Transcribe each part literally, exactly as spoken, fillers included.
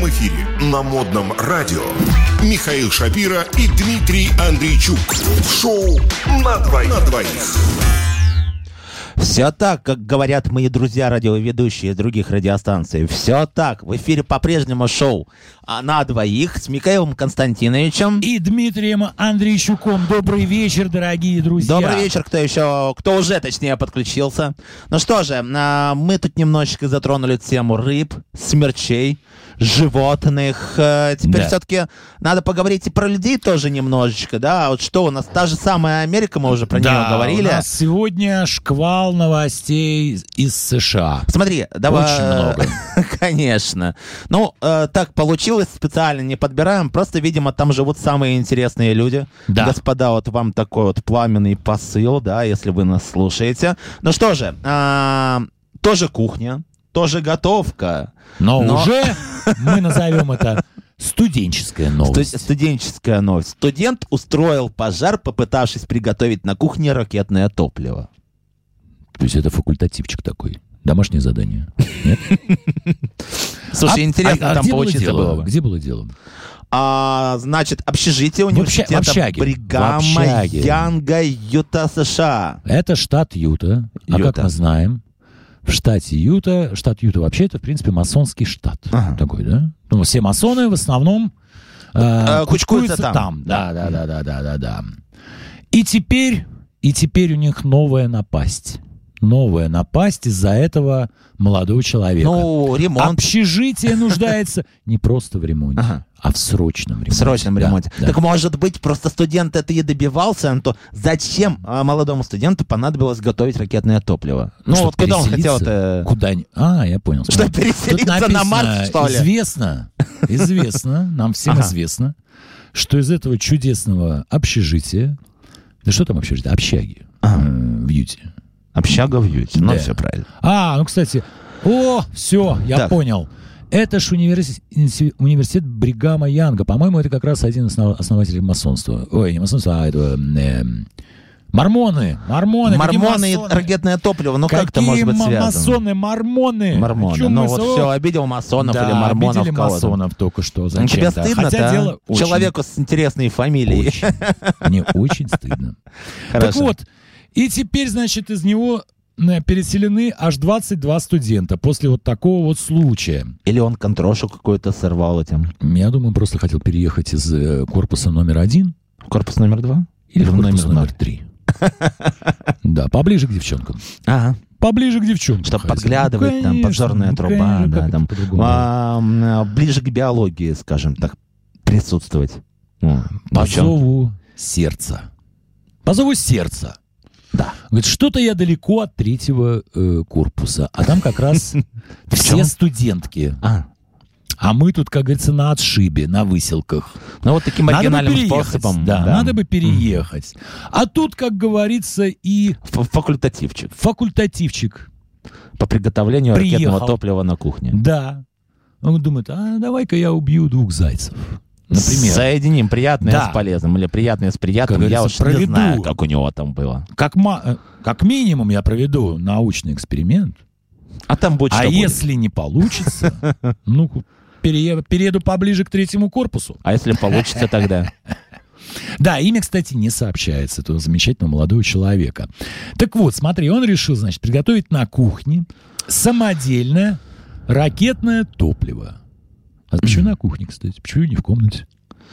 прямом эфире на Модном радио Михаил Шапира и Дмитрий Андрейчук. Шоу «На двоих». На двоих. Все так, как говорят мои друзья-радиоведущие других радиостанций. Все так. В эфире по-прежнему шоу «На двоих» с Михаилом Константиновичем и Дмитрием Андрейчуком. Добрый вечер, дорогие друзья. Добрый вечер, кто еще, кто уже, точнее, подключился. Ну что же, мы тут немножечко затронули тему рыб, смерчей, животных. Теперь да. все-таки надо поговорить и про людей тоже немножечко, да? Вот что у нас, та же самая Америка, мы уже про да, нее говорили. У нас сегодня шквал новостей из США. Смотри, давай... Очень много. Конечно. Ну, э, так получилось, специально не подбираем, просто, видимо, там живут самые интересные люди. Да. Господа, вот вам такой вот пламенный посыл, да, если вы нас слушаете. Ну что же, э, тоже кухня, тоже готовка. Но, но... уже мы назовем это студенческая новость. Студенческая новость. Студент устроил пожар, попытавшись приготовить на кухне ракетное топливо. То есть это факультативчик такой. Домашнее задание. Нет? Слушай, а, интересно а, а там где поучиться было, было было. Где было дело? А, значит, общежитие университета в общаге. Бригама Янга, Юта, США. Это штат Юта. А Юта. как мы знаем, в штате Юта, штат Юта вообще это, в принципе, масонский штат. Ага. Такой, да? Ну, все масоны в основном э, а, кучкуются, кучкуются там. там. Да, да, да, да, да, да, да. И теперь, и теперь у них новая напасть. Новая напасть из-за этого молодого человека. Ну, ремонт. Общежитие нуждается не просто в ремонте, ага. а в срочном ремонте. В срочном да, ремонте. Да. Так может быть, просто студент это и добивался, то зачем молодому студенту понадобилось готовить ракетное топливо? Ну, ну вот куда он хотел это? Куда? А, я понял. Что, переселиться написано, на Марс, что ли? Известно, известно, нам всем ага. известно, что из этого чудесного общежития, да что там общежитие? Общаги ага. э, в Юте. Общага в Юте, ну да. все правильно. А, ну, кстати, о, все, я так. понял. Это ж университет, университет Бригама Янга. По-моему, это как раз один из основателей масонства. Ой, не масонства, а этого... Э, мормоны. Мормоны. Мормоны и ракетное топливо. Ну как это может быть связано? Масоны, мормоны. Мормоны. Ну вот все, обидел масонов да, или мормонов обидели кого-то. масонов только что. Зачем? Тебе стыдно, Хотя да? дело очень... Человеку с интересной фамилией. Очень. Мне очень стыдно. Так вот, и теперь, значит, из него переселены аж двадцать два студента после вот такого вот случая. Или он контрошу какой-то сорвал этим? Я думаю, просто хотел переехать из э, корпуса номер один. Корпус номер два? Или, Или в корпус номер, номер три. Да, поближе к девчонкам. Ага. Поближе к девчонкам. Чтобы подглядывать, ну, там, подзорная труба, да, там, а, ближе к биологии, скажем так, присутствовать. По ну, зову сердца. По зову сердца. Да. Говорит, что-то я далеко от третьего э, корпуса, а там как раз все студентки. А. а мы тут, как говорится, на отшибе, на выселках. Ну вот таким оригинальным способом. Да, да, надо бы переехать. А тут, как говорится, и... Факультативчик. Факультативчик. По приготовлению Приехал. ракетного топлива на кухне. Да. Он думает, а давай-ка я убью двух зайцев. Например. Соединим приятное да. с полезным, или приятное с приятным. Как я уж проведу, не знаю, как у него там было. Как, ма- как минимум я проведу научный эксперимент. А там будет А что если будет? не получится, ну, перееду, перееду поближе к третьему корпусу. А если получится тогда? Да, имя, кстати, не сообщается этого замечательного молодого человека. Так вот, смотри, он решил, значит, приготовить на кухне самодельное ракетное топливо. А почему на кухне, кстати? Почему не в комнате?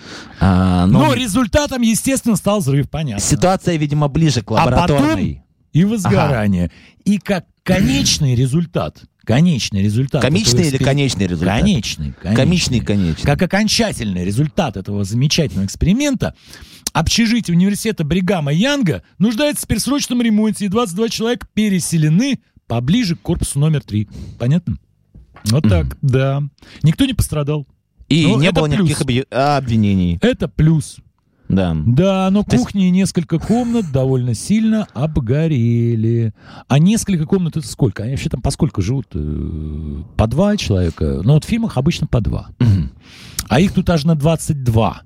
А, но... но результатом, естественно, стал взрыв, понятно. Ситуация, видимо, ближе к лабораторной. А потом и возгорание. Ага. И как конечный результат, конечный результат... Комичный или экспер... конечный результат? Конечный. Конечный, конечный, конечный. Как окончательный результат этого замечательного эксперимента, общежитие университета Бригама Янга нуждается теперь в срочном ремонте, и двадцать два человека переселены поближе к корпусу номер три. Понятно? Вот так, mm-hmm. да. Никто не пострадал. И но не было плюс. никаких обвинений. Это плюс. Да. Да, но То кухни есть... и несколько комнат довольно сильно обгорели. А несколько комнат это сколько? Они вообще там по сколько живут? По два человека. Ну вот в фильмах обычно по два. Mm-hmm. А их тут аж на двадцать два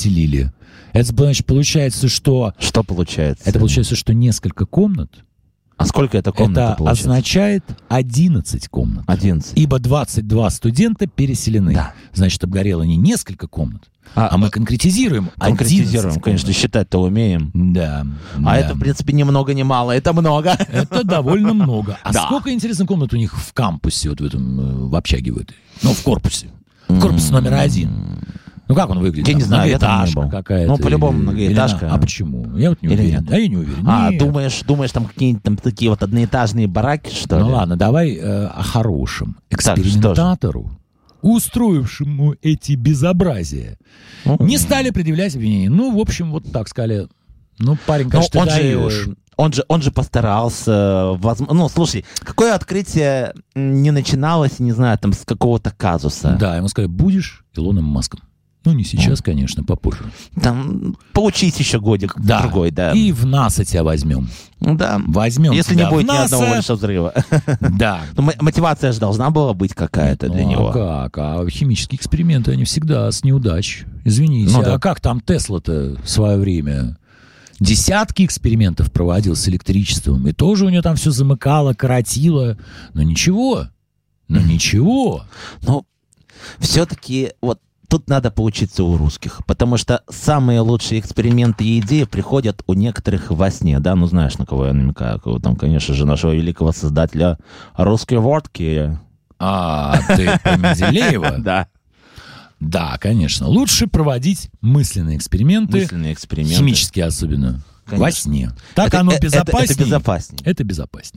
переселили. Это, значит, получается, что... Что получается? Это получается, что несколько комнат А сколько это комнат Это получается? означает одиннадцать комнат. одиннадцать. Ибо двадцать два студента переселены. Да. Значит, обгорело не несколько комнат, а, А, мы конкретизируем Конкретизируем, одиннадцать конечно, комнат. считать-то умеем. Да. А да. это, в принципе, ни много ни мало, это много. Это довольно много. А Да. сколько, интересно, комнат у них в кампусе, вот в этом, э, в общаге в этой? Ну, в корпусе. Корпус номер один. Ну, как он выглядит? Я не Там знаю, я там не многоэтажка был. какая-то. Ну, по-любому или- многоэтажка. или она- А почему? Я вот не Или уверен. нет? А я не уверен. А, Нет. думаешь, думаешь, там какие-нибудь там такие вот одноэтажные бараки, что Ну ли? ладно, давай э, о хорошем. Так, что же? Экспериментатору, устроившему эти безобразия, Ну, не стали предъявлять обвинения. Ну, в общем, вот так сказали. Ну, парень, Ну, конечно, ты он даешь. же, он же, он же постарался. возм- Ну, слушай, какое открытие не начиналось, не знаю, там с какого-то казуса? Да, ему сказали, будешь Илоном Маском. Ну, не сейчас, конечно, попозже. Там поучись еще годик Да. другой, да. И в НАСА тебя возьмем. Да. Возьмем Если тебя не будет в ни одного НАСА. большого взрыва. Да. Ну, мо- мотивация же должна была быть какая-то для Ну, него. а как? А химические эксперименты, они всегда с неудач. Извините. Ну, да. А как там Тесла-то в свое время? Десятки экспериментов проводил с электричеством. И тоже у него там все замыкало, коротило. Но ничего. Но ничего. Ну, все-таки вот тут надо поучиться у русских, потому что самые лучшие эксперименты и идеи приходят у некоторых во сне, да, ну знаешь, на кого я намекаю, кого там, конечно же, нашего великого создателя русской водки. А, ты про Менделеева? Да. Да, конечно. Лучше проводить мысленные эксперименты, Мысленные эксперименты. химические особенно, Конечно. во сне. Так Это- оно э- это- безопаснее. Это безопаснее. Это безопаснее.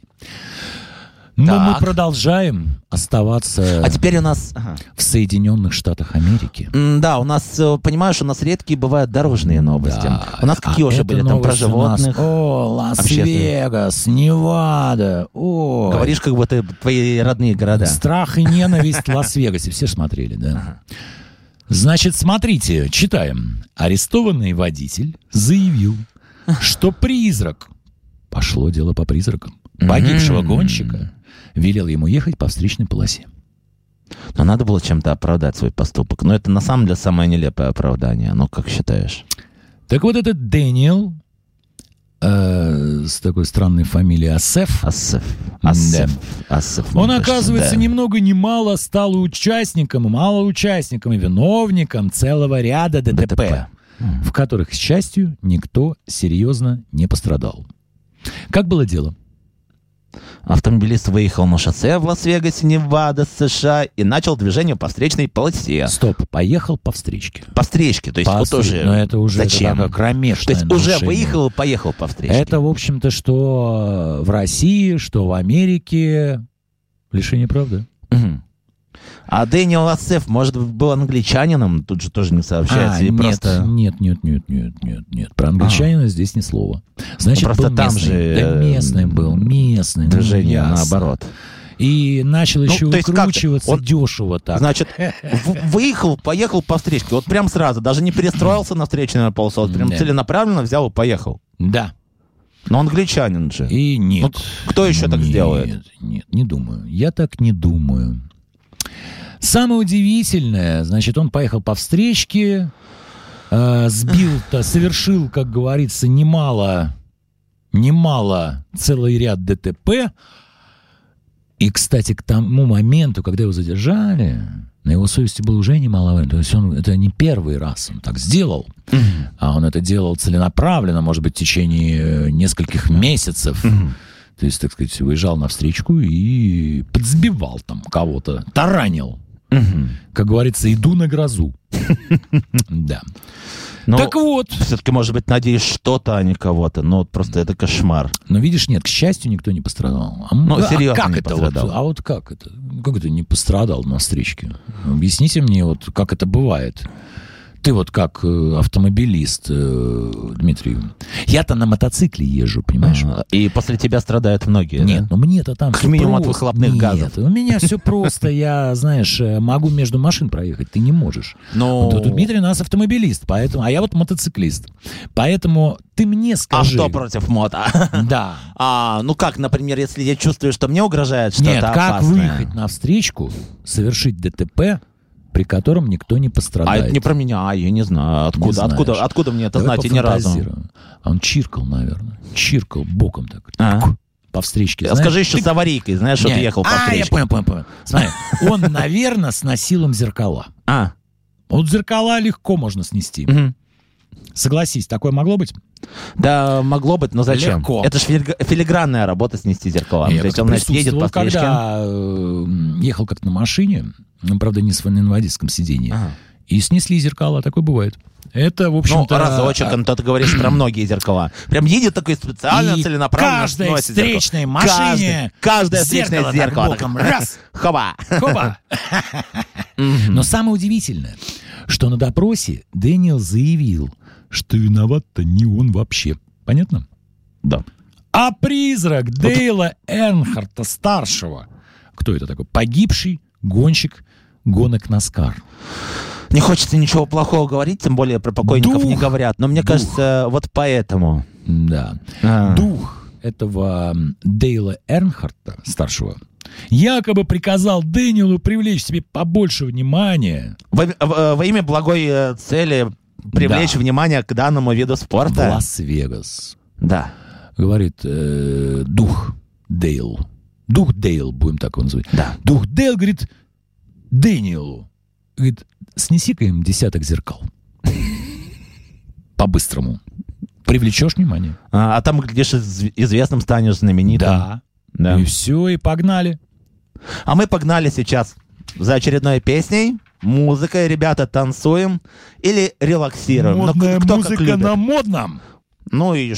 Но мы Так. продолжаем оставаться А теперь у нас... ага. в Соединенных Штатах Америки. М, Да, у нас, э, понимаешь, у нас редкие бывают дорожные новости. Да. У нас какие А уже это были там про новости у нас. животных? О, Лас-Вегас, Невада. О, Говоришь, как будто твои родные города. страх и ненависть в Лас-Вегасе. Все ж смотрели, да? Значит, смотрите, читаем. Арестованный водитель заявил, что призрак, пошло дело по призракам, погибшего М. гонщика велел ему ехать по встречной полосе. Но надо было чем-то оправдать свой поступок. Но это на самом деле самое нелепое оправдание. Ну, как считаешь? Так вот этот Дэниел э, с такой странной фамилией Асеф, Асеф. Асеф. Асеф. он, мне кажется, оказывается, да. ни много ни мало стал участником, мало участником и виновником целого ряда ДТП, ДТП. в которых, к счастью, никто серьезно не пострадал. Как было дело? Автомобилист выехал на шоссе в Лас-Вегасе, Невада, США и начал движение по встречной полосе. Стоп, поехал по встречке. По встречке. То есть По вот встречке. уже... Но это уже Зачем? такое кромешное То есть уже нарушение. выехал и поехал по встречке. Это, в общем-то, что в России, что в Америке лишение прав, да? Мгм. А Дэниел Асеф, может, был англичанином? Тут же тоже не сообщается. А, или нет, просто... нет, нет, нет, нет, нет, нет. Про англичанина здесь ни слова. Значит, Ну, просто был там местный. же, Да э, местный был, местный. ну, Движение ясно. наоборот. И начал еще Ну, то есть как-то выкручиваться он- дешево так. Значит, в- выехал, поехал по встречке. Вот прям сразу. Даже не перестроился на встречную полосу. Вот прям Да. целенаправленно взял и поехал. Да. Но он англичанин же. И нет. Ну, кто еще так Нет, сделает? Нет, не думаю. Я так не думаю. Самое удивительное, значит, он поехал по встречке, э, сбил-то, совершил, как говорится, немало, немало, целый ряд ДТП. И, кстати, к тому моменту, когда его задержали, на его совести было уже немало. То есть он, это не первый раз он так сделал, а он это делал целенаправленно, может быть, в течение нескольких месяцев. То есть, так сказать, выезжал на встречку и подсбивал там кого-то, таранил. Мгм. Как говорится, иду на грозу. Да. Но Так вот. все-таки, может быть, надеюсь, что-то, а не кого-то. Но вот просто это кошмар. Но видишь, нет, к счастью, никто не пострадал. А, Ну, а серьезно как не это пострадал. вот? А вот как это? Как это не пострадал на встречке? Объясните мне, вот как это бывает. Ты вот как э, автомобилист, э, Дмитрий. Я-то на мотоцикле езжу, понимаешь? А, И после тебя страдают многие. Нет, да? ну мне-то там Как всё минимум от просто. выхлопных Нет, газов. у меня все просто. Я, знаешь, э, могу между машин проехать, ты не можешь. Ну, Вот у Дмитрия у нас автомобилист, поэтому, а я вот мотоциклист. Поэтому ты мне а скажи. что против мото? Да. А, ну как, например, если я чувствую, что мне угрожает что-то Нет, как опасное. выехать на встречку, совершить ДТП, при котором никто не А пострадает? это не про меня, я не знаю. Откуда, Не знаешь. откуда, откуда мне это Давай знать? Я ни разу. пофантазируем. А он чиркал, наверное. Чиркал боком так. А. Ку. по встречке. Скажи еще с аварийкой, знаешь, что ты ехал по встречке. А, я понял, понял, понял. Смотри, он, наверное, сносил им зеркала. А. Вот зеркала легко можно снести. Угу. Согласись, такое могло быть? Да, могло быть, но зачем? Легко. Это же филигранная работа снести зеркала. Я То есть он, значит, едет по встречке. Когда э, ехал как-то на машине, ну, правда, не на водительском сидении, ага. и снесли зеркала, такое бывает. Это, в общем-то... Ну, разочек, а... то ты говоришь про многие зеркала. Прям едет такой специально, и целенаправленно каждой встречной зеркало. Машине каждое встречное зеркало. Боком, раз! Хоба! Хоба! Но самое удивительное, что на допросе Дэниел заявил, что виноват-то не он вообще. Понятно? Да. А призрак Дейла Эрнхарта-старшего, кто это такой? Погибший гонщик гонок Наскар. Не хочется ничего плохого говорить, тем более про покойников Дух. не говорят. Но мне Дух. кажется, вот поэтому. Да. А. Дух этого Дейла Эрнхарта, старшего, якобы приказал Дэниелу привлечь себе побольше внимания. Во, во, во имя благой цели привлечь да. внимание к данному виду спорта. В Лас-Вегас. Да. Говорит э, дух Дейл. Дух Дейл, будем так его называть. Да. Дух Дейл говорит Дэниелу. Говорит, снеси-ка им десяток зеркал. По-быстрому. Привлечешь внимание. А, а там, глядишь, известным станешь, знаменитым. Да. да. И все, и погнали. А мы погнали сейчас за очередной песней. Музыкой, ребята, танцуем или релаксируем. Модная Но кто музыка как любит. на модном. Ну и